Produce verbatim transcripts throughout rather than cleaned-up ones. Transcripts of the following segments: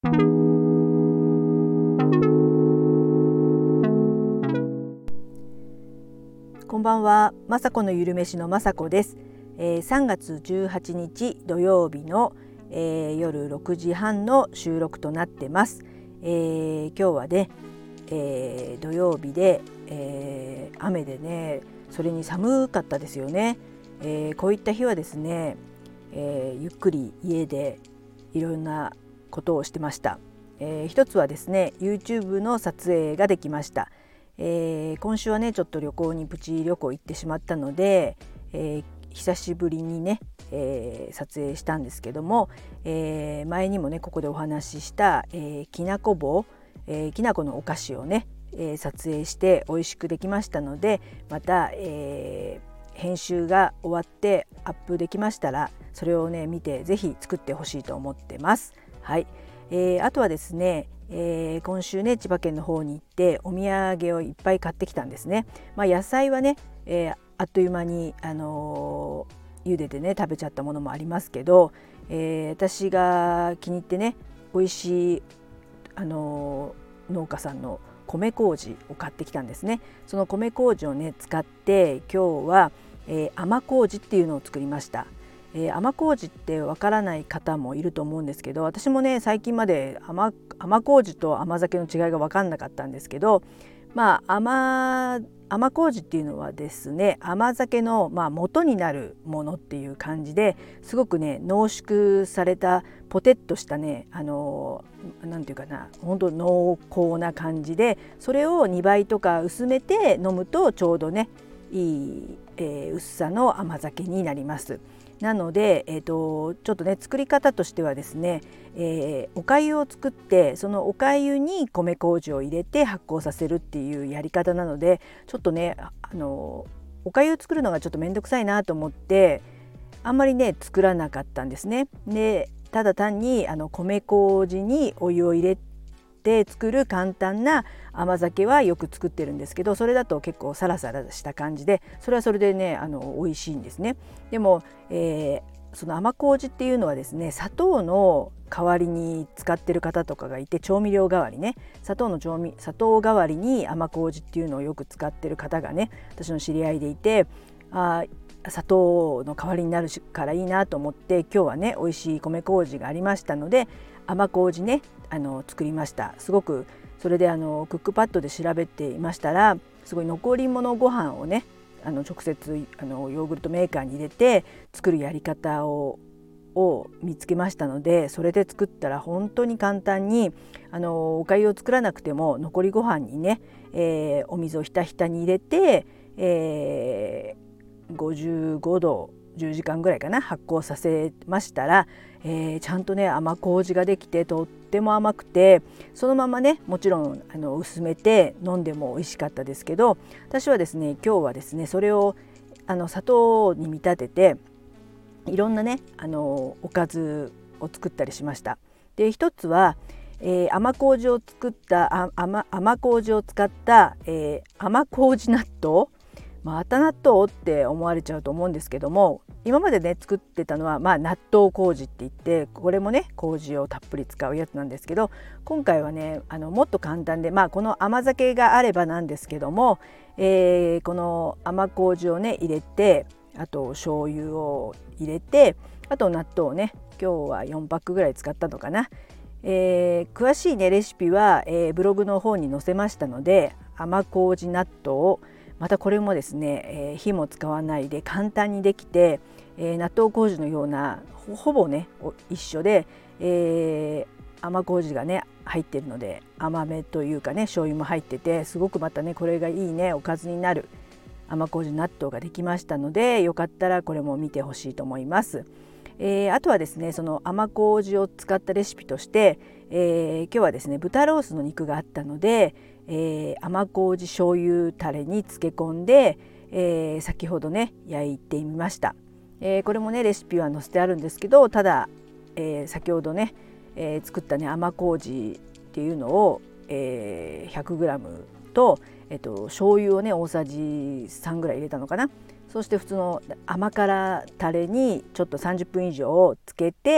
こんばんは、まさこのゆるめしのまさこです。えー、さんがつじゅうはちにち土曜日の、えー、夜ろくじはんの収録となってます。えー、今日はね、えー、土曜日で、えー、雨でね、それに寒かったですよね。えー、こういった日はですね、えー、ゆっくり家でいろんなことをしてました。えー、一つはですね YouTube の撮影ができました。えー、今週はねちょっと旅行にプチ旅行行ってしまったので、えー、久しぶりにね、えー、撮影したんですけども、えー、前にもねここでお話しした、えー、きなこ棒、えー、きなこのお菓子をね、えー、撮影して美味しくできましたので、また、えー、編集が終わってアップできましたらそれをね見てぜひ作ってほしいと思ってます。はい、えー、あとはですね、えー、今週ね千葉県の方に行ってお土産をいっぱい買ってきたんですね。まあ、野菜はね、えー、あっという間に、あのー、茹でてね食べちゃったものもありますけど、えー、私が気に入ってね美味しい、あのー、農家さんの米麹を買ってきたんですね。その米麹をね使って今日は、えー、甘麹っていうのを作りました。えー、甘麹ってわからない方もいると思うんですけど、私もね最近まで 甘, 甘麹と甘酒の違いが分かんなかったんですけど、まあ 甘, 甘麹っていうのはですね甘酒の、まあ、元になるものっていう感じですごくね濃縮されたポテッとしたねあのなんていうかな本当濃厚な感じで、それをにばいとか薄めて飲むとちょうどねいい、えー、薄さの甘酒になります。なので、えーと、ちょっとね作り方としてはですね、えー、お粥を作ってそのお粥に米麹を入れて発酵させるっていうやり方なので、ちょっとねあのお粥を作るのがちょっと面倒くさいなと思ってあんまりね作らなかったんですね。でただ単にあの米麹にお湯を入れてで作る簡単な甘酒はよく作ってるんですけど、それだと結構サラサラした感じでそれはそれでねあの美味しいんですね。でも、えー、その甘麹っていうのはですね砂糖の代わりに使ってる方とかがいて、調味料代わりね砂糖の調味砂糖代わりに甘麹っていうのをよく使ってる方がね私の知り合いでいて、あ砂糖の代わりになるからいいなと思って今日はね美味しい米麹がありましたので甘麹ねあの作りました。すごくそれであのクックパッドで調べていましたらすごい残り物ご飯をねあの直接あのヨーグルトメーカーに入れて作るやり方をを見つけましたので、それで作ったら本当に簡単にあのお粥を作らなくても残りご飯にね、えー、お水をひたひたに入れて、えー、ごじゅうごどじゅうじかんぐらいかな発酵させましたら、えー、ちゃんとね甘麹ができてとっても甘くて、そのままねもちろんあの薄めて飲んでも美味しかったですけど、私はですね今日はですねそれをあの砂糖に見立てていろんなねあのおかずを作ったりしました。で一つは、えー、甘麹を作ったあ 甘, 甘麹を使った、えー、甘麹納豆、また納豆って思われちゃうと思うんですけども、今までね作ってたのは、まあ、納豆麹って言ってこれもね麹をたっぷり使うやつなんですけど、今回はねあのもっと簡単で、まあ、この甘酒があればなんですけども、えー、この甘麹をね入れて、あと醤油を入れて、あと納豆をね今日はよんパックぐらい使ったのかな。えー、詳しいねレシピは、えー、ブログの方に載せましたので、甘麹納豆をまたこれもですね、えー、火も使わないで簡単にできて、えー、納豆麹のような ほ, ほぼね一緒で、えー、甘麹がね入ってるので甘めというかね醤油も入っててすごくまたねこれがいいねおかずになる甘麹納豆ができましたので、よかったらこれも見てほしいと思います。えー、あとはですねその甘麹を使ったレシピとして、えー、今日はですね豚ロースの肉があったので、えー、甘麹醤油タレに漬け込んで、えー、先ほどね焼いてみました。えー、これもねレシピは載せてあるんですけど、ただ、えー、先ほどね、えー、作ったね甘麹っていうのを、えー、ひゃくグラムと、えっと、醤油をね大さじさんぐらい入れたのかな。そして普通の甘辛タレにちょっとさんじゅっぷん以上つけて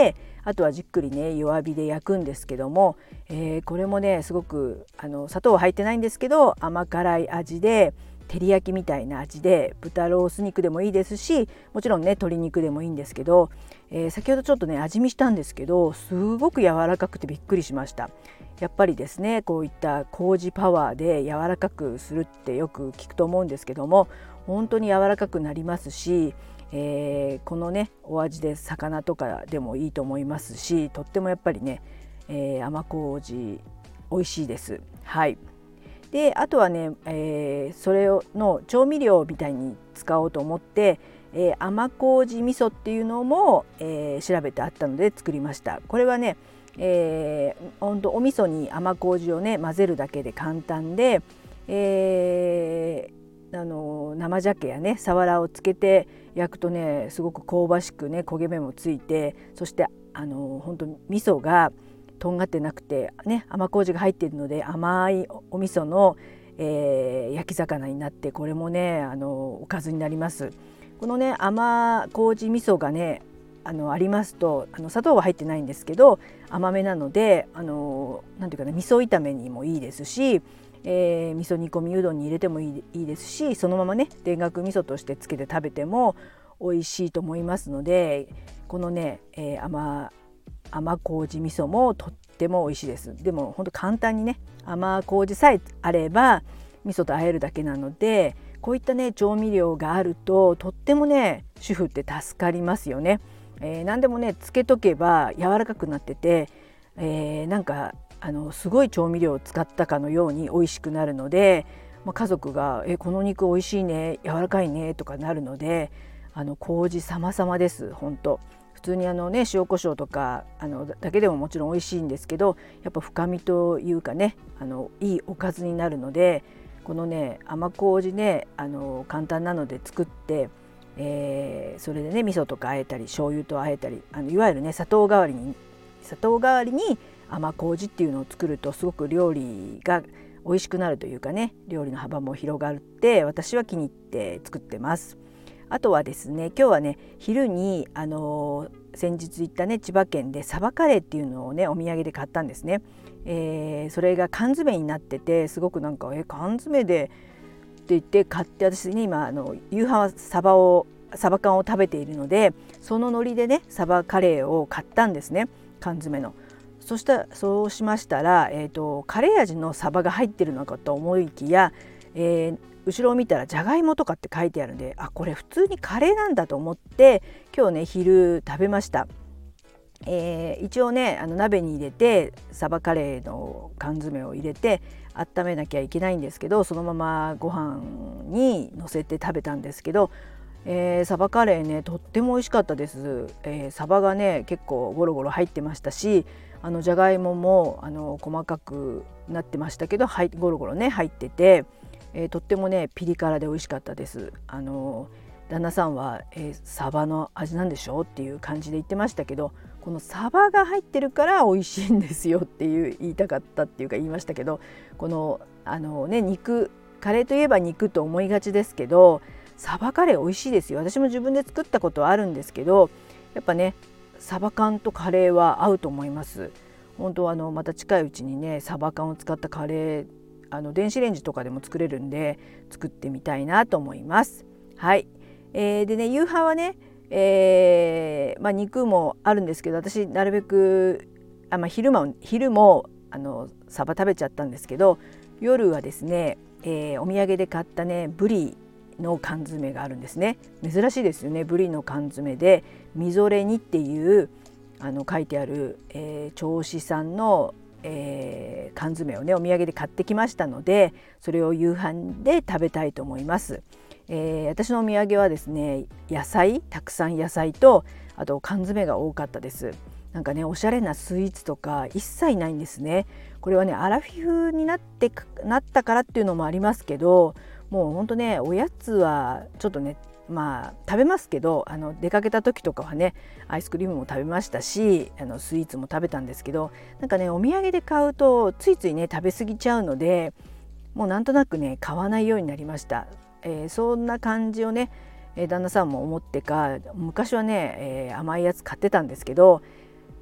あとはじっくりね弱火で焼くんですけども、えー、これもねすごくあの砂糖は入ってないんですけど甘辛い味で照り焼きみたいな味で、豚ロース肉でもいいですし、もちろんね鶏肉でもいいんですけど、えー、先ほどちょっとね味見したんですけどすごく柔らかくてびっくりしました。やっぱりですねこういった麹パワーで柔らかくするってよく聞くと思うんですけども、本当に柔らかくなりますし、えー、このねお味で魚とかでもいいと思いますし、とってもやっぱりね、えー、甘麹美味しいです。はい。であとはね、えー、それをの調味料みたいに使おうと思って、えー、甘麹味噌っていうのも、えー、調べてあったので作りました。これはね、えー、ほんとお味噌に甘麹をね混ぜるだけで簡単で、えー、あの生鮭やねさわらをつけて焼くとねすごく香ばしくね焦げ目もついて、そしてあの本当味噌がとんがってなくてね甘麹が入っているので甘いお味噌の、えー、焼き魚になって、これもねあのおかずになります。このね甘麹味噌がねあのありますと、あの砂糖は入ってないんですけど甘めなので、あのなんていうかな味噌炒めにもいいですし、えー、味噌煮込みうどんに入れてもいい、いいですし、そのままね田楽味噌としてつけて食べても美味しいと思いますので、このね、えー、甘甘麹味噌もとっても美味しいです。でも本当簡単にね甘麹さえあれば味噌と和えるだけなので、こういったね調味料があるととってもね主婦って助かりますよね。えー、何でもねつけとけば柔らかくなってて、えー、なんかあのすごい調味料を使ったかのように美味しくなるので、まあ、家族が「えこの肉美味しいね、柔らかいね」とかなるので、あの麹様々です。本当普通にあの、ね、塩コショウとかあのだけでももちろん美味しいんですけど、やっぱ深みというかねあのいいおかずになるので、このね甘麹ねあの簡単なので作って、えー、それでね味噌とかあえたり醤油とあえたり、あのいわゆるね砂糖代わりに砂糖代わりに甘麹っていうのを作るとすごく料理が美味しくなるというかね、料理の幅も広がるって私は気に入って作ってます。あとはですね、今日はね昼にあの先日行ったね千葉県でサバカレーっていうのをねお土産で買ったんですね。えー、それが缶詰になってて、すごくなんかえ缶詰でって言って買って、私ね今あの夕飯はサバをサバ缶を食べているので、そのノリでねサバカレーを買ったんですね、缶詰の。そしたそうしましたら、えーと、カレー味のサバが入ってるのかと思いきや、えー、後ろを見たらじゃがいもとかって書いてあるんで、あこれ普通にカレーなんだと思って今日ね昼食べました。えー、一応ねあの鍋に入れてサバカレーの缶詰を入れて温めなきゃいけないんですけど、そのままご飯にのせて食べたんですけど、えー、サバカレーねとっても美味しかったです。えー、サバがね結構ゴロゴロ入ってましたし、あのじゃがいももあの細かくなってましたけど、はい、ゴロゴロね入ってて、えー、とってもねピリ辛で美味しかったです。あの旦那さんは、えー、サバの味なんでしょうっていう感じで言ってましたけど、このサバが入ってるから美味しいんですよっていう言いたかったっていうか言いましたけど、このあのね肉カレーといえば肉と思いがちですけど、サバカレー美味しいですよ。私も自分で作ったことはあるんですけど、やっぱねサバ缶とカレーは合うと思います。本当はあのまた近いうちにねサバ缶を使ったカレーあの電子レンジとかでも作れるんで作ってみたいなと思います。はい、えー、でね夕飯はね、えーまあ、肉もあるんですけど、私なるべくあ、まあ、昼も昼もあのサバ食べちゃったんですけど、夜はですね、えー、お土産で買ったねブリの缶詰があるんですね。珍しいですよね。ブリの缶詰でみぞれ煮っていうあの書いてある、えー、銚子産の、えー、缶詰をねお土産で買ってきましたので、それを夕飯で食べたいと思います。えー、私のお土産はですね野菜たくさん野菜と、あと缶詰が多かったです。なんかねおしゃれなスイーツとか一切ないんですね。これはねアラフィフになってなったからっていうのもありますけど、もうほんとねおやつはちょっとねまあ食べますけど、あの出かけた時とかはねアイスクリームも食べましたし、あのスイーツも食べたんですけど、なんかねお土産で買うとついついね食べ過ぎちゃうので、もうなんとなくね買わないようになりました。えー、そんな感じをね、えー、旦那さんも思ってか、昔はね、えー、甘いやつ買ってたんですけど、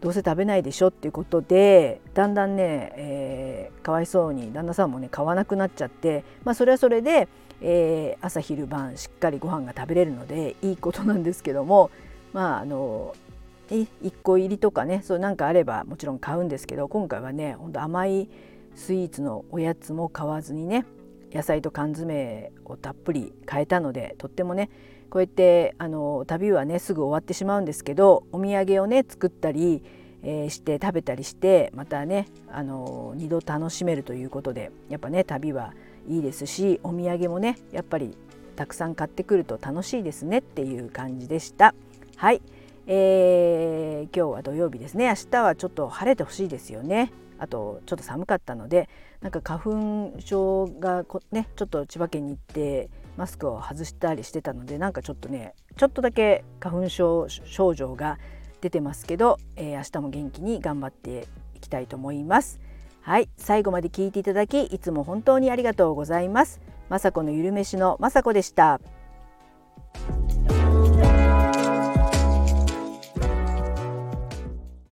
どうせ食べないでしょっていうことでだんだんね、えー、かわいそうに旦那さんもね買わなくなっちゃって、まあ、それはそれで、えー、朝昼晩しっかりご飯が食べれるのでいいことなんですけども、まああのいっこ入りとかねそうなんかあればもちろん買うんですけど、今回はねほんと甘いスイーツのおやつも買わずにね野菜と缶詰をたっぷり買えたので、とってもねこうやってあの旅はねすぐ終わってしまうんですけど、お土産をね作ったり、えー、して食べたりしてまたねあの二度楽しめるということで、やっぱね旅はいいですし、お土産もねやっぱりたくさん買ってくると楽しいですねっていう感じでした。はい、えー、今日は土曜日ですね。明日はちょっと晴れてほしいですよね。あとちょっと寒かったのでなんか花粉症がこ、ね、ちょっと千葉県に行ってマスクを外したりしてたので、なんかちょっとねちょっとだけ花粉症症状が出てますけど、えー、明日も元気に頑張っていきたいと思います。はい、最後まで聞いていただきいつも本当にありがとうございます。まさこのゆるめしのまさこでした。